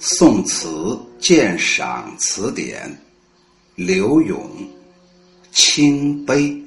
宋词鉴赏词典，刘永，清悲。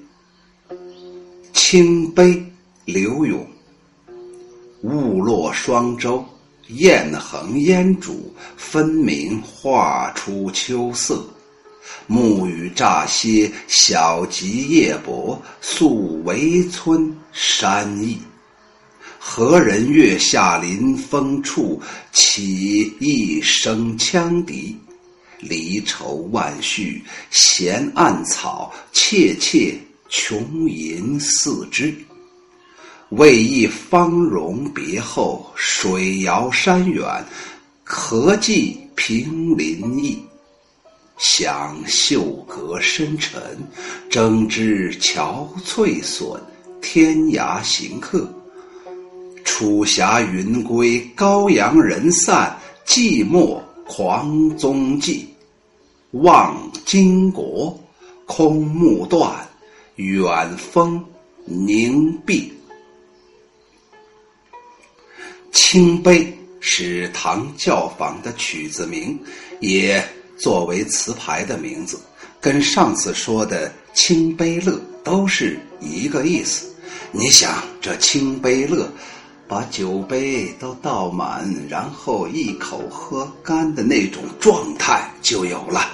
清悲，刘永。雾落双洲，雁横烟渚，分明画出秋色。暮雨乍歇，晓极夜薄，宿围村山意。何人月下临风处，起一声羌笛。离愁万绪，闲暗草，切切琼吟四之。为忆芳容别后，水遥山远，何寄平林意。想秀阁深沉，争知憔悴损，天涯行客。楚霞云归，高阳人散，寂寞狂踪迹。望荆国，空目断，远风凝碧。清悲是唐教坊的曲子名，也作为词牌的名字，跟上次说的清悲乐都是一个意思。你想，这清悲乐把酒杯都倒满，然后一口喝干的那种状态就有了。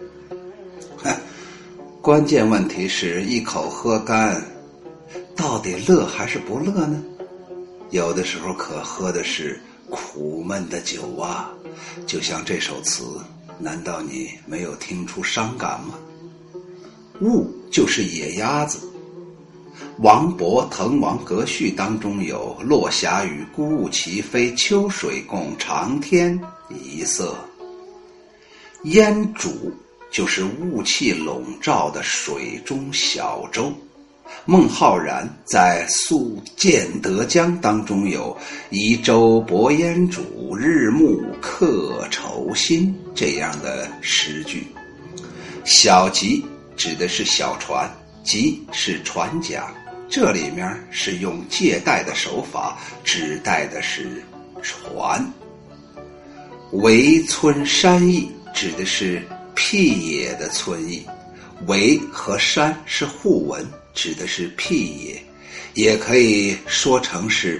关键问题是一口喝干，到底乐还是不乐呢？有的时候可喝的是苦闷的酒啊，就像这首词，难道你没有听出伤感吗？雾就是野鸭子。王勃《滕王阁序》当中有落霞与孤鹜齐飞，秋水共长天一色。烟渚就是雾气笼罩的水中小舟。孟浩然在《宿建德江》当中有移舟泊烟渚，日暮客愁新这样的诗句。小楫指的是小船，楫是船桨，这里面是用借代的手法，指代的是船。围村山意指的是僻野的村邑，围和山是互文，指的是僻野，也可以说成是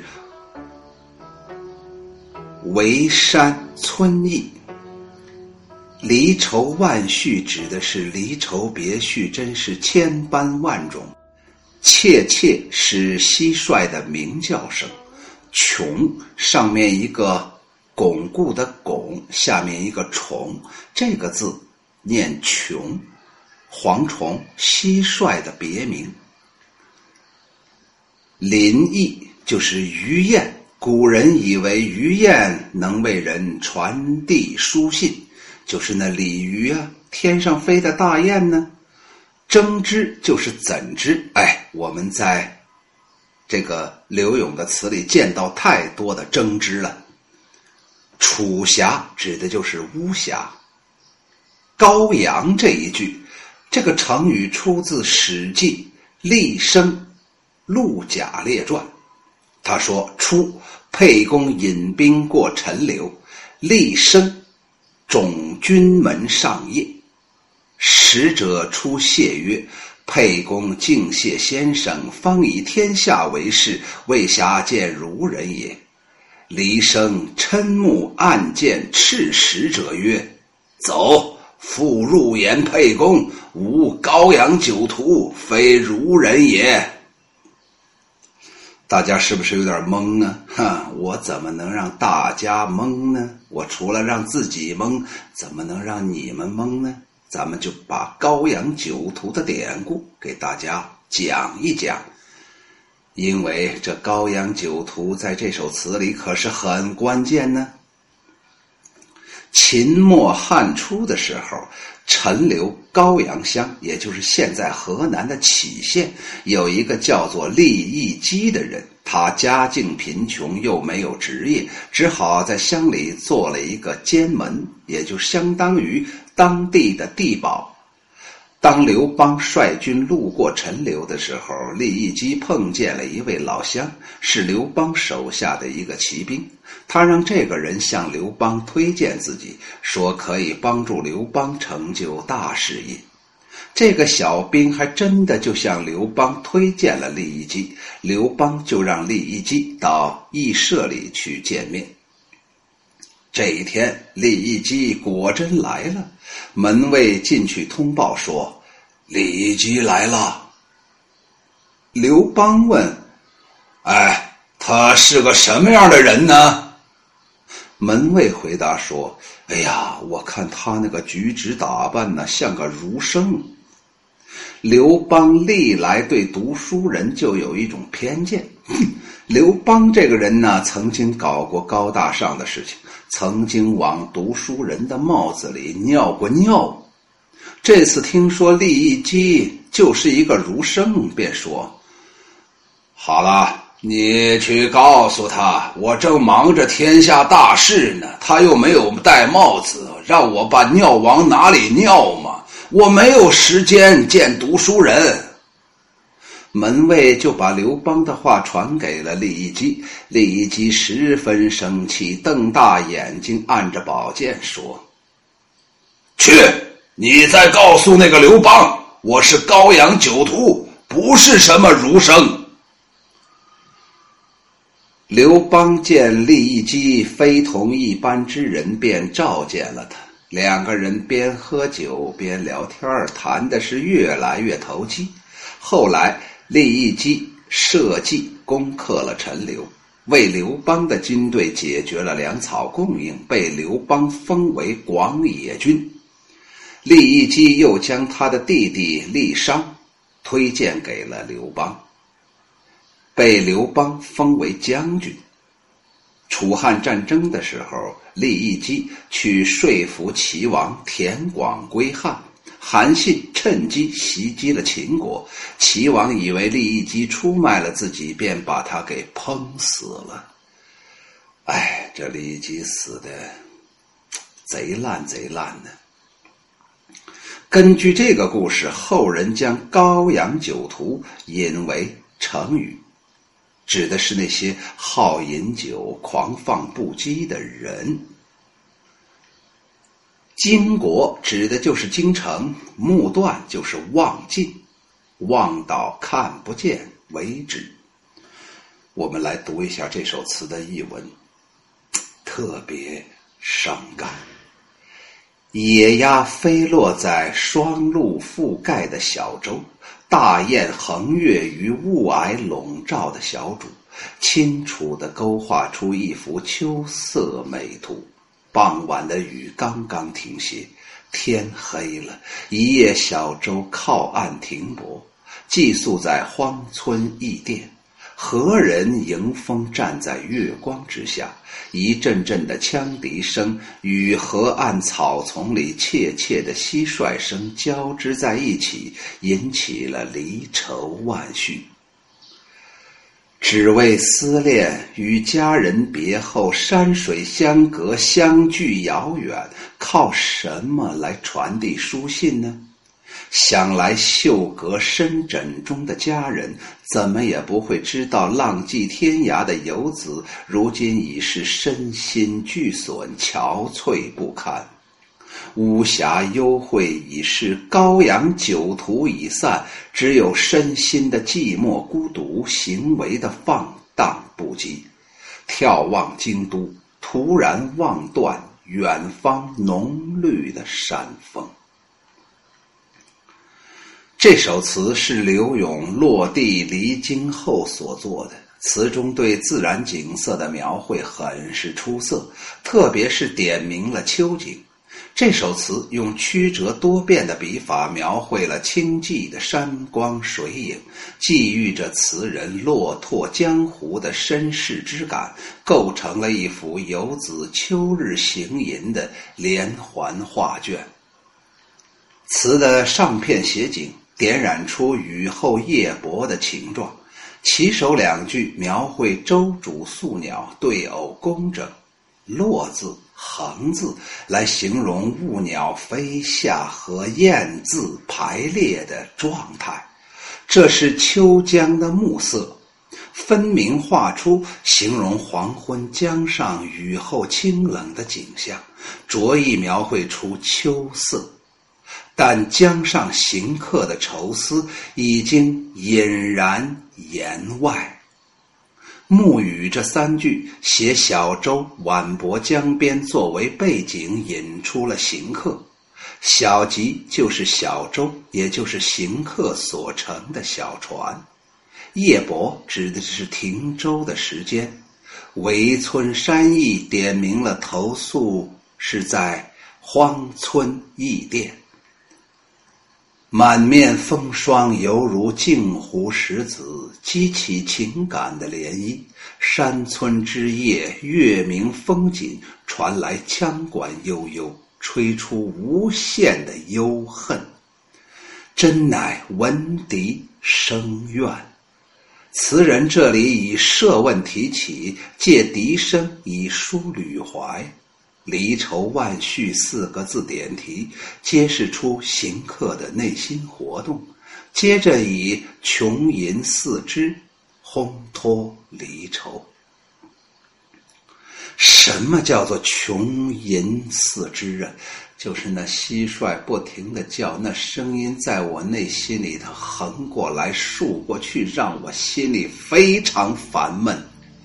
围山村邑。离愁万绪指的是离愁别绪，真是千般万种。切切是蟋蟀的鸣叫声，琼上面一个巩固的巩，下面一个虫，这个字念琼，蝗虫蟋蟀的别名。林意就是鱼雁，古人以为鱼雁能为人传递书信，就是那鲤鱼啊，天上飞的大雁呢。争之就是怎之，我们在这个刘永的词里见到太多的争之了。楚霞指的就是巫峡。高阳这一句，这个成语出自《史记·厉声陆贾列传》。他说，初沛公引兵过陈留，厉声种军门上夜。使者出谢曰，沛公敬谢先生，方以天下为事，未暇见如人也。厉声嗔目暗见斥使者曰，走，复入言沛公，吾高阳酒徒，非如人也。大家是不是有点懵呢？我怎么能让大家懵呢？我除了让自己懵，怎么能让你们懵呢？咱们就把高阳酒徒的典故给大家讲一讲，因为这高阳酒徒在这首词里可是很关键呢。秦末汉初的时候，陈留高阳乡，也就是现在河南的杞县，有一个叫做厉义基的人，他家境贫穷，又没有职业，只好在乡里做了一个监门，也就相当于当地的地保。 当刘邦率军路过陈留的时候，利益姬碰见了一位老乡，是刘邦手下的一个骑兵。他让这个人向刘邦推荐自己，说可以帮助刘邦成就大事业。这个小兵还真的就向刘邦推荐了利益姬，刘邦就让利益姬到驿舍里去见面。这一天，利益姬果真来了，门卫进去通报说，利益姬来了。刘邦问，他是个什么样的人呢？门卫回答说，哎呀，我看他那个举止打扮呢，像个儒生。刘邦历来对读书人就有一种偏见，刘邦这个人呢，曾经搞过高大上的事情，曾经往读书人的帽子里尿过尿。这次听说利益姬就是一个儒生，便说，好了，你去告诉他，我正忙着天下大事呢，他又没有戴帽子，让我把尿往哪里尿嘛？我没有时间见读书人。门卫就把刘邦的话传给了利益姬，利益姬十分生气，瞪大眼睛，按着宝剑说，去，你再告诉那个刘邦，我是高阳酒徒，不是什么儒生。刘邦见利益姬非同一般之人，便召见了他。两个人边喝酒边聊天，谈的是越来越投机。后来利益姬设计攻克了陈留，为刘邦的军队解决了粮草供应，被刘邦封为广野君。利益姬又将他的弟弟利商推荐给了刘邦，被刘邦封为将军。楚汉战争的时候，利益姬去说服齐王田广归汉，韩信趁机袭击了秦国，齐王以为利益姬出卖了自己，便把他给烹死了。这利益姬死的贼烂贼烂的。根据这个故事，后人将高阳酒徒引为成语，指的是那些好饮酒、狂放不羁的人。经国指的就是京城，目断就是望尽，望到看不见为止。我们来读一下这首词的译文，特别伤感。野鸭飞落在霜露覆盖的小洲，大雁横跃于雾霭笼罩的小渚，清楚地勾画出一幅秋色美图。傍晚的雨刚刚停歇，天黑了，一叶小舟靠岸停泊，寄宿在荒村驿店。何人迎风站在月光之下，一阵阵的羌笛声与河岸草丛里切切的蟋蟀声交织在一起，引起了离愁万绪。只为思恋，与家人别后，山水相隔，相距遥远，靠什么来传递书信呢？想来袖阁深枕中的家人，怎么也不会知道浪迹天涯的游子，如今已是身心俱损，憔悴不堪。巫峡幽会已逝，高阳酒徒已散，只有身心的寂寞孤独，行为的放荡不羁。眺望京都，突然望断远方浓绿的山峰。这首词是柳永落地离京后所作的，词中对自然景色的描绘很是出色，特别是点明了秋景。这首词用曲折多变的笔法描绘了清寂的山光水影，寄寓着词人落拓江湖的绅士之感，构成了一幅游子秋日行吟的连环画卷。词的上片写景点染出雨后夜泊的情状，起首两句描绘舟渚宿鸟对偶工整，落字横字来形容物鸟飞下和雁字排列的状态。这是秋江的暮色，分明画出形容黄昏江上雨后清冷的景象，着意描绘出秋色。但江上行客的愁思已经隐然言外。暮雨这三句写小舟晚泊江边作为背景，引出了行客。小楫就是小舟，也就是行客所乘的小船。夜泊指的是停舟的时间。围村山驿点明了投宿是在荒村驿店。满面风霜犹如镜湖石子，激起情感的涟漪。山村之夜，月明风紧，传来羌管悠悠，吹出无限的忧恨。真乃闻笛生怨。词人这里以设问提起，借笛声以抒旅怀。离愁万绪四个字点题，揭示出行客的内心活动。接着以穷吟四肢烘托离愁。什么叫做穷吟四肢啊？就是那蟋蟀不停地叫，那声音在我内心里头横过来竖过去，让我心里非常烦闷。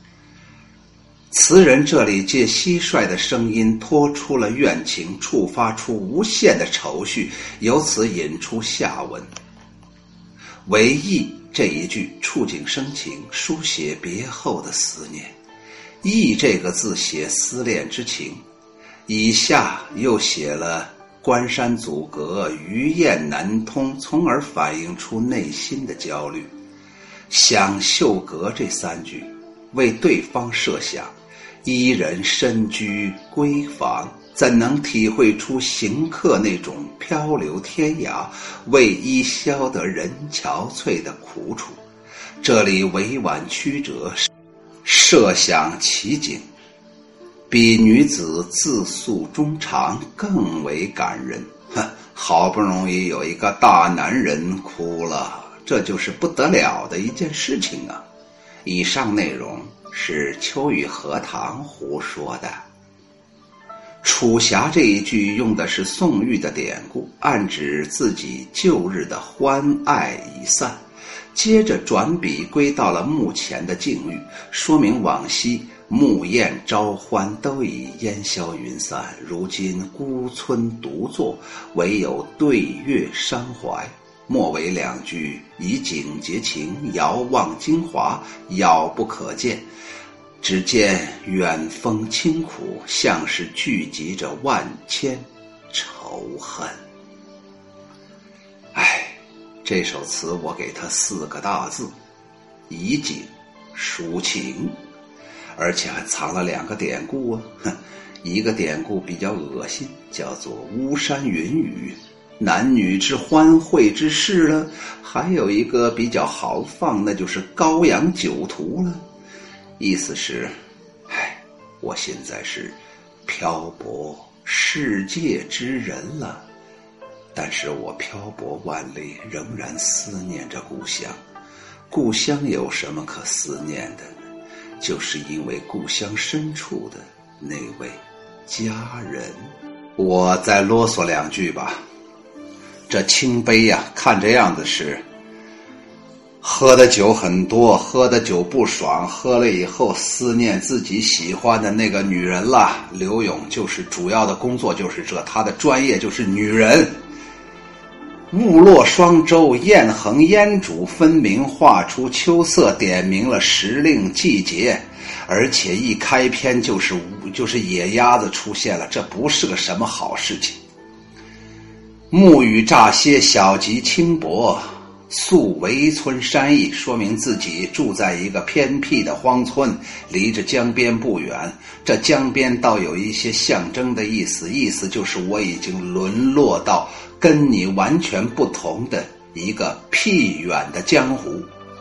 词人这里借蟋蟀的声音托出了怨情，触发出无限的愁绪，由此引出下文。为忆这一句触景生情，书写别后的思念。忆这个字写思恋之情，以下又写了关山阻隔，鱼雁难通，从而反映出内心的焦虑。想绣阁这三句为对方设想，伊人身居闺房，怎能体会出行客那种漂流天涯为伊消得人憔悴的苦楚。这里委婉曲折，设想奇景，比女子自诉衷肠更为感人。好不容易有一个大男人哭了，这就是不得了的一件事情啊。以上内容是秋雨荷塘胡说的。楚霞这一句用的是宋玉的典故，暗指自己旧日的欢爱已散，接着转笔归到了目前的境遇，说明往昔暮雁朝欢都已烟消云散，如今孤村独坐，唯有对月伤怀。末尾两句以景结情，遥望京华，遥不可见，只见远风清苦，像是聚集着万千仇恨。这首词我给它4个大字：以景抒情，而且还藏了2个典故啊。一个典故比较恶心，叫做巫山云雨，男女之欢会之事了。还有一个比较豪放，那就是羔羊酒徒了。意思是，我现在是漂泊世界之人了，但是我漂泊万里，仍然思念着故乡。故乡有什么可思念的呢？就是因为故乡深处的那位家人。我再啰嗦2句吧。这清杯呀，看这样子是喝的酒很多，喝的酒不爽，喝了以后思念自己喜欢的那个女人了。刘勇就是主要的工作就是这，他的专业就是女人。雾落双舟，雁横烟渚，分明画出秋色，点明了时令季节。而且一开篇就是野鸭子出现了，这不是个什么好事情。暮雨乍歇，小楫轻薄，宿围村山驿，说明自己住在一个偏僻的荒村，离着江边不远。这江边倒有一些象征的意思，意思就是我已经沦落到跟你完全不同的一个僻远的江湖。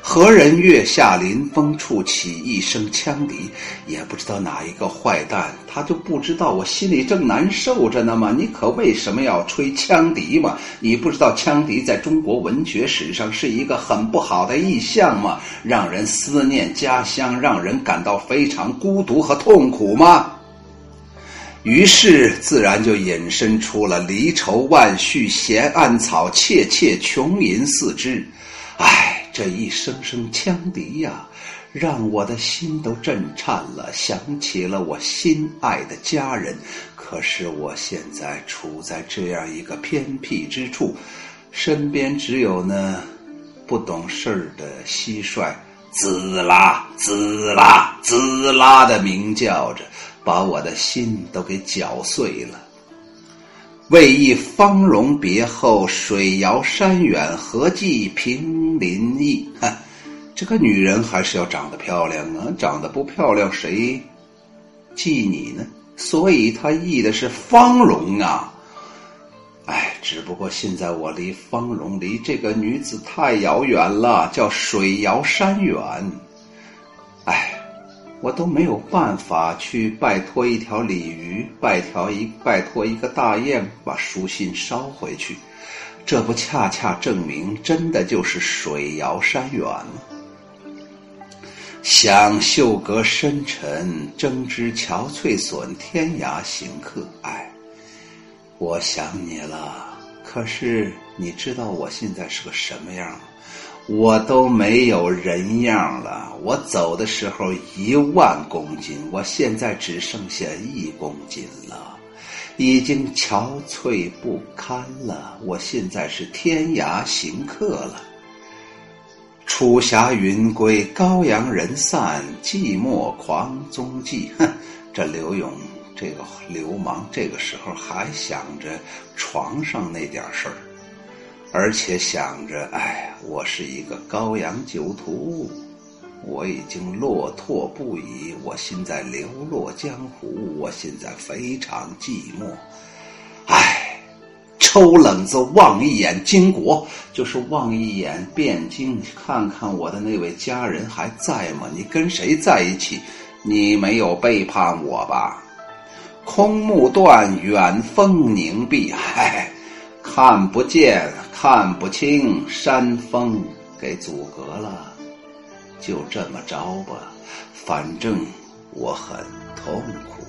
何人月下临风处起一声羌笛？也不知道哪一个坏蛋，他就不知道我心里正难受着呢吗？你可为什么要吹羌笛吗？你不知道羌笛在中国文学史上是一个很不好的意象吗？让人思念家乡，让人感到非常孤独和痛苦吗？于是自然就引申出了离愁万绪闲暗草，切切琼吟四枝。唉，这一声声羌笛呀，让我的心都震颤了，想起了我心爱的家人。可是我现在处在这样一个偏僻之处，身边只有呢不懂事的蟋蟀滋啦滋啦滋啦的鸣叫着，把我的心都给搅碎了。为忆芳容别后，水遥山远，何计平林意。这个女人还是要长得漂亮啊，长得不漂亮谁记你呢？所以她忆的是芳容啊。哎，只不过现在我离芳容，离这个女子太遥远了，叫水遥山远。哎，我都没有办法去拜托一条鲤鱼，拜托一个大雁，把书信捎回去。这不恰恰证明真的就是水遥山远吗？想秀阁深沉，争之憔悴损，天涯行客。哎，我想你了，可是你知道我现在是个什么样吗？我都没有人样了，我走的时候10000公斤，我现在只剩下1公斤了，已经憔悴不堪了，我现在是天涯行客了。楚霞云归，高阳人散，寂寞狂踪迹。这刘勇这个流氓这个时候还想着床上那点事儿，而且想着哎，我是一个羔羊酒徒，我已经落拓不已，我现在流落江湖，我现在非常寂寞。哎，抽冷子望一眼经国，就是望一眼汴京，看看我的那位家人还在吗？你跟谁在一起？你没有背叛我吧？空目断，远风凝碧。唉，看不见看不清，山峰给阻隔了，就这么着吧，反正我很痛苦。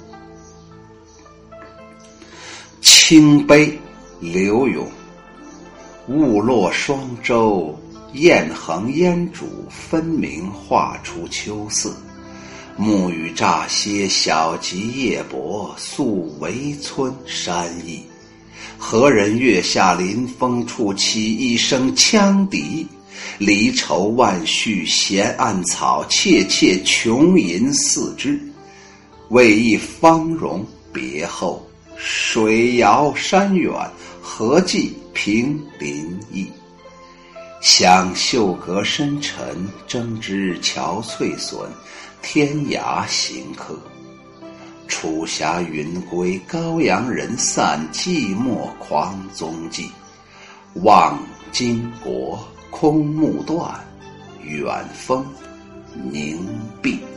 清悲，刘永。雾落双洲，雁横烟渚，分明画出秋色。暮雨乍歇，小楫夜泊，宿围村山意。何人月下临风处起一声羌笛？离愁万绪闲暗草，切切琼吟四枝。为忆芳容别后，水遥山远，何计平林意。想秀阁深沉，争之憔悴损，天涯行客。楚霞云归，羔羊人散，寂寞狂踪迹。望经国，空目断，远风凝碧。